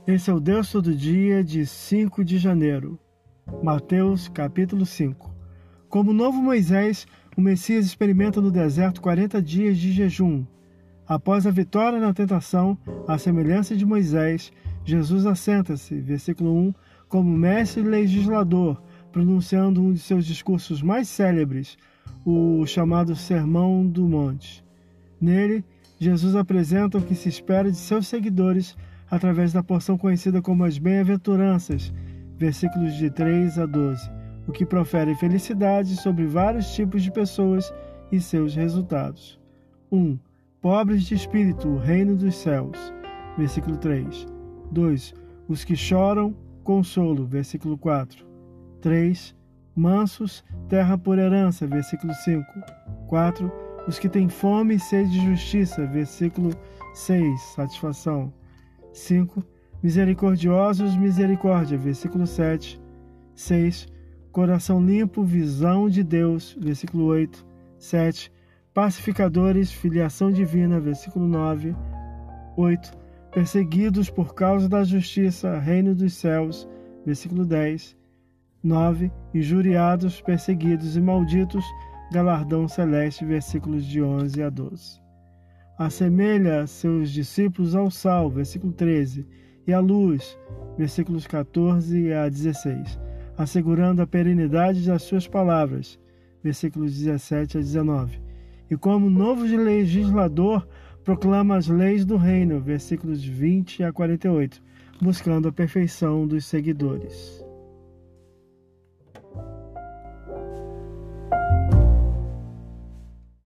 Esse é o Deus Todo Dia de 5 de janeiro. Mateus capítulo 5. Como novo Moisés, o Messias experimenta no deserto 40 dias de jejum. Após a vitória na tentação, à semelhança de Moisés, Jesus assenta-se, versículo 1, como mestre legislador, pronunciando um de seus discursos mais célebres, o chamado Sermão do Monte. Nele, Jesus apresenta o que se espera de seus seguidores através da porção conhecida como as Bem-aventuranças, versículos de 3 a 12, o que profere felicidade sobre vários tipos de pessoas e seus resultados. 1. Pobres de espírito, o reino dos céus, versículo 3. 2. Os que choram, consolo, versículo 4. 3. Mansos, terra por herança, versículo 5. 4. Os que têm fome e sede de justiça, versículo 6, satisfação. 5. Misericordiosos, misericórdia, versículo 7. 6. Coração limpo, visão de Deus, versículo 8. 7. Pacificadores, filiação divina, versículo 9. 8. Perseguidos por causa da justiça, reino dos céus, versículo 10. 9. Injuriados, perseguidos e malditos, galardão celeste, versículos de 11 a 12. Assemelha seus discípulos ao sal, versículo 13, e à luz, versículos 14 a 16, assegurando a perenidade das suas palavras, versículos 17 a 19. E como novo legislador, proclama as leis do reino, versículos 20 a 48, buscando a perfeição dos seguidores.